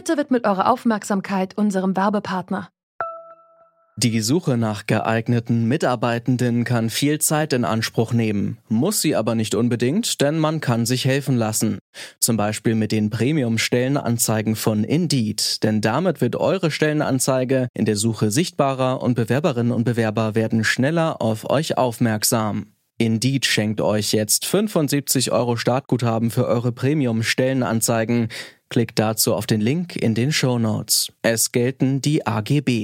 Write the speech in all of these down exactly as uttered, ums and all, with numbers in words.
Bitte widmet eure Aufmerksamkeit unserem Werbepartner. Die Suche nach geeigneten Mitarbeitenden kann viel Zeit in Anspruch nehmen, muss sie aber nicht unbedingt, denn man kann sich helfen lassen. Zum Beispiel mit den Premium-Stellenanzeigen von Indeed, denn damit wird eure Stellenanzeige in der Suche sichtbarer und Bewerberinnen und Bewerber werden schneller auf euch aufmerksam. Indeed schenkt euch jetzt fünfundsiebzig Euro Startguthaben für eure Premium-Stellenanzeigen. Klickt dazu auf den Link in den Shownotes. Es gelten die A G B.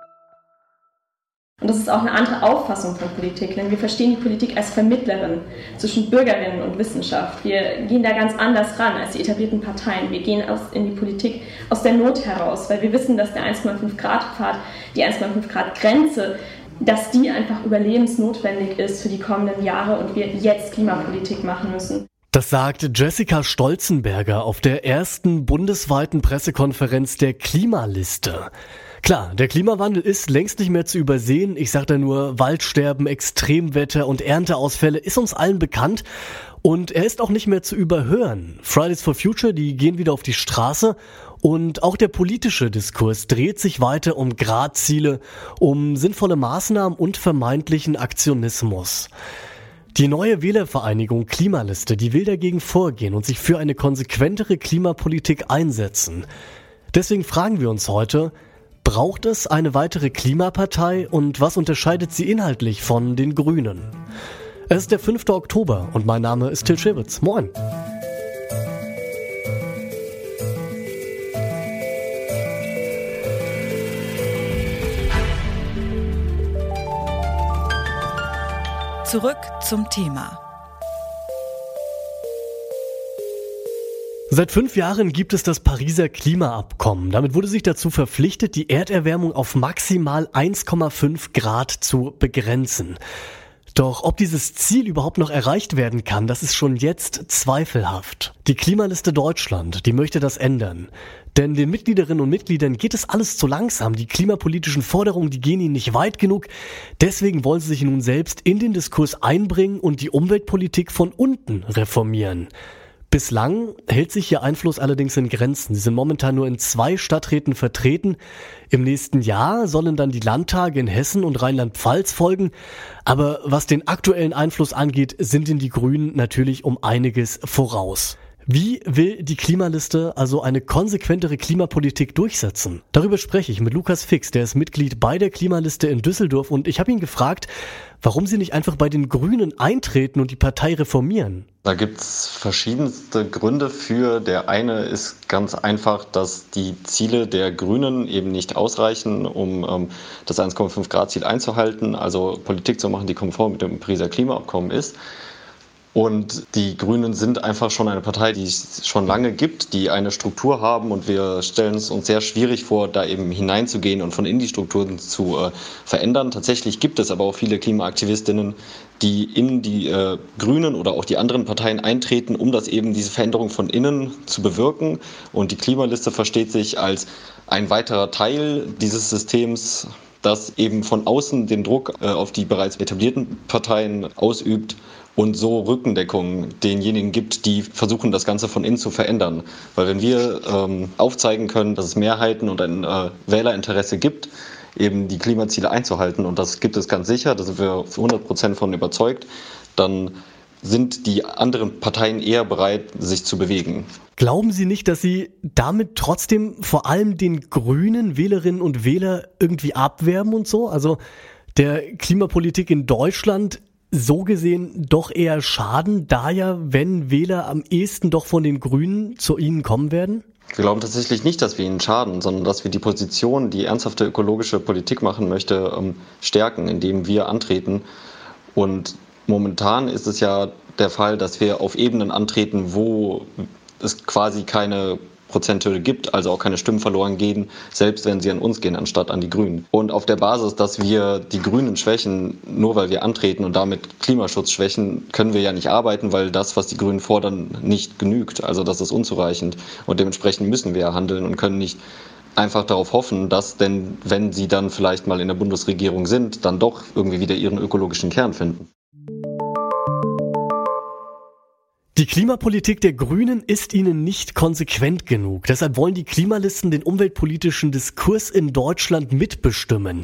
Und das ist auch eine andere Auffassung von Politik, denn wir verstehen die Politik als Vermittlerin zwischen Bürgerinnen und Wissenschaft. Wir gehen da ganz anders ran als die etablierten Parteien. Wir gehen aus, in die Politik aus der Not heraus, weil wir wissen, dass der eins Komma fünf Grad Pfad, die eins Komma fünf Grad Grenze, dass die einfach überlebensnotwendig ist für die kommenden Jahre und wir jetzt Klimapolitik machen müssen. Das sagt Jessica Stolzenberger auf der ersten bundesweiten Pressekonferenz der Klimaliste. Klar, der Klimawandel ist längst nicht mehr zu übersehen. Ich sag da nur, Waldsterben, Extremwetter und Ernteausfälle ist uns allen bekannt. Und er ist auch nicht mehr zu überhören. Fridays for Future, die gehen wieder auf die Straße. Und auch der politische Diskurs dreht sich weiter um Gradziele, um sinnvolle Maßnahmen und vermeintlichen Aktionismus. Die neue Wählervereinigung Klimaliste, die will dagegen vorgehen und sich für eine konsequentere Klimapolitik einsetzen. Deswegen fragen wir uns heute, braucht es eine weitere Klimapartei und was unterscheidet sie inhaltlich von den Grünen? Es ist der fünfte Oktober und mein Name ist Till Schewitz. Moin! Zurück zum Thema. Seit fünf Jahren gibt es das Pariser Klimaabkommen. Damit wurde sich dazu verpflichtet, die Erderwärmung auf maximal eins Komma fünf Grad zu begrenzen. Doch ob dieses Ziel überhaupt noch erreicht werden kann, das ist schon jetzt zweifelhaft. Die Klimaliste Deutschland, die möchte das ändern. Denn den Mitgliederinnen und Mitgliedern geht es alles zu langsam. Die klimapolitischen Forderungen, die gehen ihnen nicht weit genug. Deswegen wollen sie sich nun selbst in den Diskurs einbringen und die Umweltpolitik von unten reformieren. Bislang hält sich ihr Einfluss allerdings in Grenzen. Sie sind momentan nur in zwei Stadträten vertreten. Im nächsten Jahr sollen dann die Landtage in Hessen und Rheinland-Pfalz folgen. Aber was den aktuellen Einfluss angeht, sind ihnen die Grünen natürlich um einiges voraus. Wie will die Klimaliste also eine konsequentere Klimapolitik durchsetzen? Darüber spreche ich mit Lukas Fix, der ist Mitglied bei der Klimaliste in Düsseldorf und ich habe ihn gefragt, warum sie nicht einfach bei den Grünen eintreten und die Partei reformieren. Da gibt's verschiedenste Gründe für. Der eine ist ganz einfach, dass die Ziele der Grünen eben nicht ausreichen, um ähm, das eins Komma fünf Grad Ziel einzuhalten, also Politik zu machen, die konform mit dem Pariser Klimaabkommen ist. Und die Grünen sind einfach schon eine Partei, die es schon lange gibt, die eine Struktur haben und wir stellen es uns sehr schwierig vor, da eben hineinzugehen und von innen die Strukturen zu äh, verändern. Tatsächlich gibt es aber auch viele Klimaaktivistinnen, die in die äh, Grünen oder auch die anderen Parteien eintreten, um das eben diese Veränderung von innen zu bewirken. Und die Klimaliste versteht sich als ein weiterer Teil dieses Systems, das eben von außen den Druck äh, auf die bereits etablierten Parteien ausübt und so Rückendeckung denjenigen gibt, die versuchen, das Ganze von innen zu verändern. Weil wenn wir ähm, aufzeigen können, dass es Mehrheiten und ein äh, Wählerinteresse gibt, eben die Klimaziele einzuhalten, und das gibt es ganz sicher, da sind wir zu hundert Prozent von überzeugt, dann sind die anderen Parteien eher bereit, sich zu bewegen. Glauben Sie nicht, dass Sie damit trotzdem vor allem den grünen Wählerinnen und Wähler irgendwie abwerben und so? Also der Klimapolitik in Deutschland so gesehen doch eher schaden, da ja, wenn Wähler am ehesten doch von den Grünen zu Ihnen kommen werden? Wir glauben tatsächlich nicht, dass wir ihnen schaden, sondern dass wir die Position, die ernsthafte ökologische Politik machen möchte, stärken, indem wir antreten. Und momentan ist es ja der Fall, dass wir auf Ebenen antreten, wo es quasi keine Prozenthürde gibt, also auch keine Stimmen verloren gehen, selbst wenn sie an uns gehen, anstatt an die Grünen. Und auf der Basis, dass wir die Grünen schwächen, nur weil wir antreten und damit Klimaschutz schwächen, können wir ja nicht arbeiten, weil das, was die Grünen fordern, nicht genügt. Also das ist unzureichend. Und dementsprechend müssen wir ja handeln und können nicht einfach darauf hoffen, dass denn, wenn sie dann vielleicht mal in der Bundesregierung sind, dann doch irgendwie wieder ihren ökologischen Kern finden. Die Klimapolitik der Grünen ist ihnen nicht konsequent genug. Deshalb wollen die Klimalisten den umweltpolitischen Diskurs in Deutschland mitbestimmen.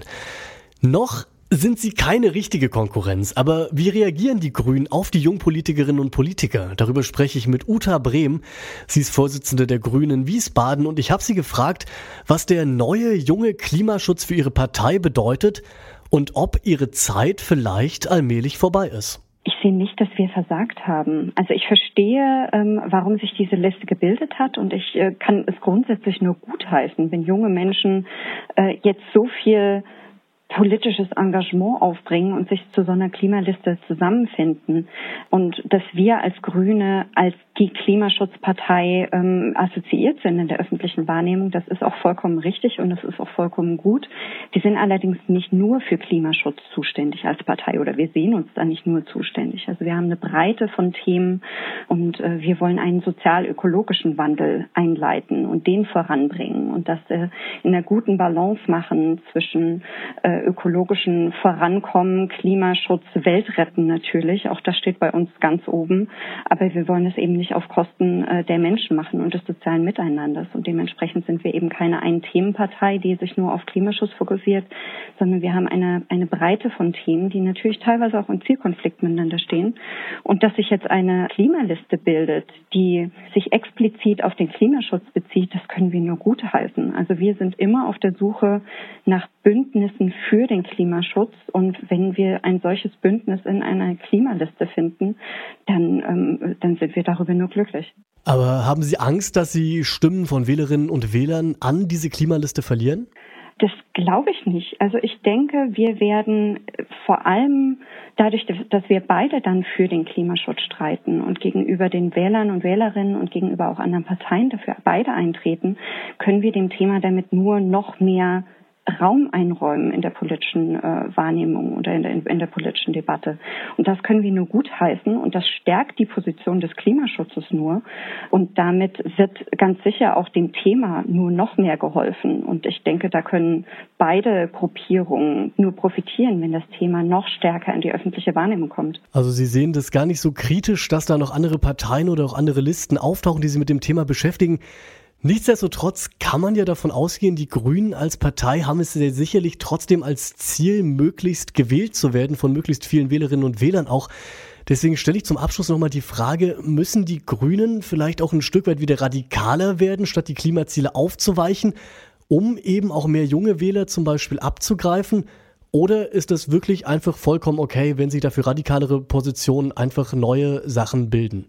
Noch sind sie keine richtige Konkurrenz, aber wie reagieren die Grünen auf die Jungpolitikerinnen und Politiker? Darüber spreche ich mit Uta Brehm. Sie ist Vorsitzende der Grünen Wiesbaden und ich habe sie gefragt, was der neue junge Klimaschutz für ihre Partei bedeutet und ob ihre Zeit vielleicht allmählich vorbei ist. Ich sehe nicht, dass wir versagt haben. Also ich verstehe, ähm, warum sich diese Liste gebildet hat und ich äh, kann es grundsätzlich nur gutheißen, wenn junge Menschen äh, jetzt so viel politisches Engagement aufbringen und sich zu so einer Klimaliste zusammenfinden und dass wir als Grüne als die Klimaschutzpartei ähm, assoziiert sind in der öffentlichen Wahrnehmung, das ist auch vollkommen richtig und das ist auch vollkommen gut. Wir sind allerdings nicht nur für Klimaschutz zuständig als Partei oder wir sehen uns da nicht nur zuständig. Also wir haben eine Breite von Themen und äh, wir wollen einen sozial-ökologischen Wandel einleiten und den voranbringen und das äh, in einer guten Balance machen zwischen äh, ökologischen Vorankommen, Klimaschutz, Weltretten natürlich. Auch das steht bei uns ganz oben. Aber wir wollen es eben nicht auf Kosten äh, der Menschen machen und des sozialen Miteinanders. Und dementsprechend sind wir eben keine Ein-Themen-Partei, die sich nur auf Klimaschutz fokussiert, sondern wir haben eine, eine Breite von Themen, die natürlich teilweise auch im Zielkonflikt miteinander stehen. Und dass sich jetzt eine Klimaliste bildet, die sich explizit auf den Klimaschutz bezieht, das können wir nur gutheißen. Also wir sind immer auf der Suche nach Bündnissen für den Klimaschutz und wenn wir ein solches Bündnis in einer Klimaliste finden, dann, ähm, dann sind wir darüber nur glücklich. Aber haben Sie Angst, dass Sie Stimmen von Wählerinnen und Wählern an diese Klimaliste verlieren? Das glaube ich nicht. Also ich denke, wir werden vor allem dadurch, dass wir beide dann für den Klimaschutz streiten und gegenüber den Wählern und Wählerinnen und gegenüber auch anderen Parteien dafür beide eintreten, können wir dem Thema damit nur noch mehr Raum einräumen in der politischen äh, Wahrnehmung oder in der, in der politischen Debatte. Und das können wir nur gutheißen und das stärkt die Position des Klimaschutzes nur. Und damit wird ganz sicher auch dem Thema nur noch mehr geholfen. Und ich denke, da können beide Gruppierungen nur profitieren, wenn das Thema noch stärker in die öffentliche Wahrnehmung kommt. Also Sie sehen das gar nicht so kritisch, dass da noch andere Parteien oder auch andere Listen auftauchen, die sich mit dem Thema beschäftigen. Nichtsdestotrotz kann man ja davon ausgehen, die Grünen als Partei haben es ja sicherlich trotzdem als Ziel, möglichst gewählt zu werden von möglichst vielen Wählerinnen und Wählern auch. Deswegen stelle ich zum Abschluss nochmal die Frage, müssen die Grünen vielleicht auch ein Stück weit wieder radikaler werden, statt die Klimaziele aufzuweichen, um eben auch mehr junge Wähler zum Beispiel abzugreifen? Oder ist das wirklich einfach vollkommen okay, wenn sich dafür radikalere Positionen einfach neue Sachen bilden?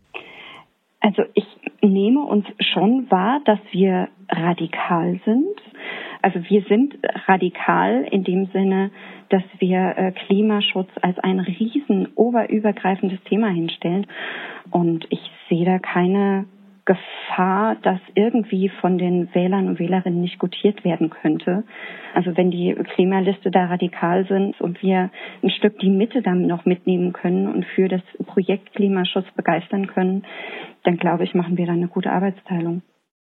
Also ich nehme uns schon wahr, dass wir radikal sind. Also wir sind radikal in dem Sinne, dass wir äh, Klimaschutz als ein riesen oberübergreifendes Thema hinstellen. Und ich sehe da keine Gefahr, dass irgendwie von den Wählern und Wählerinnen nicht gutiert werden könnte. Also wenn die Klimaliste da radikal sind und wir ein Stück die Mitte dann noch mitnehmen können und für das Projekt Klimaschutz begeistern können, dann glaube ich, machen wir da eine gute Arbeitsteilung.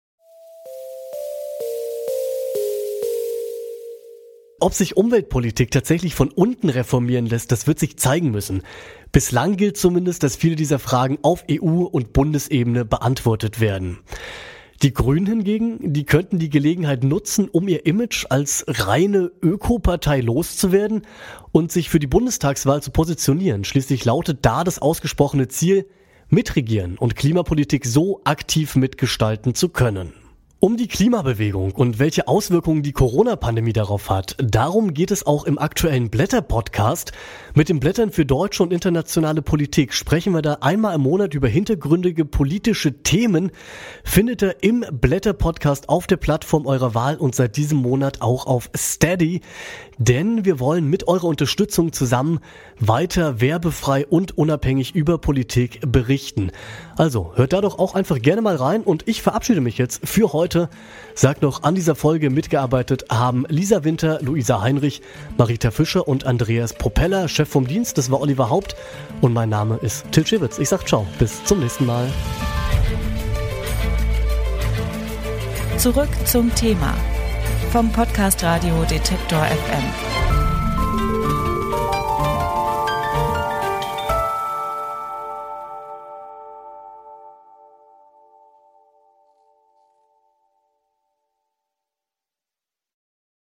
Ob sich Umweltpolitik tatsächlich von unten reformieren lässt, das wird sich zeigen müssen. Bislang gilt zumindest, dass viele dieser Fragen auf E U- und Bundesebene beantwortet werden. Die Grünen hingegen, die könnten die Gelegenheit nutzen, um ihr Image als reine Ökopartei loszuwerden und sich für die Bundestagswahl zu positionieren. Schließlich lautet da das ausgesprochene Ziel, mitregieren und Klimapolitik so aktiv mitgestalten zu können. Um die Klimabewegung und welche Auswirkungen die Corona-Pandemie darauf hat, darum geht es auch im aktuellen Blätter-Podcast. Mit den Blättern für deutsche und internationale Politik sprechen wir da einmal im Monat über hintergründige politische Themen. Findet ihr im Blätter-Podcast auf der Plattform eurer Wahl und seit diesem Monat auch auf Steady. Denn wir wollen mit eurer Unterstützung zusammen weiter werbefrei und unabhängig über Politik berichten. Also hört da doch auch einfach gerne mal rein und ich verabschiede mich jetzt für heute. Sagt noch, an dieser Folge mitgearbeitet haben Lisa Winter, Luisa Heinrich, Marita Fischer und Andreas Propeller. Chef vom Dienst, das war Oliver Haupt und mein Name ist Till Schewitz. Ich sag ciao, bis zum nächsten Mal. Zurück zum Thema vom Podcast Radio Detektor F M.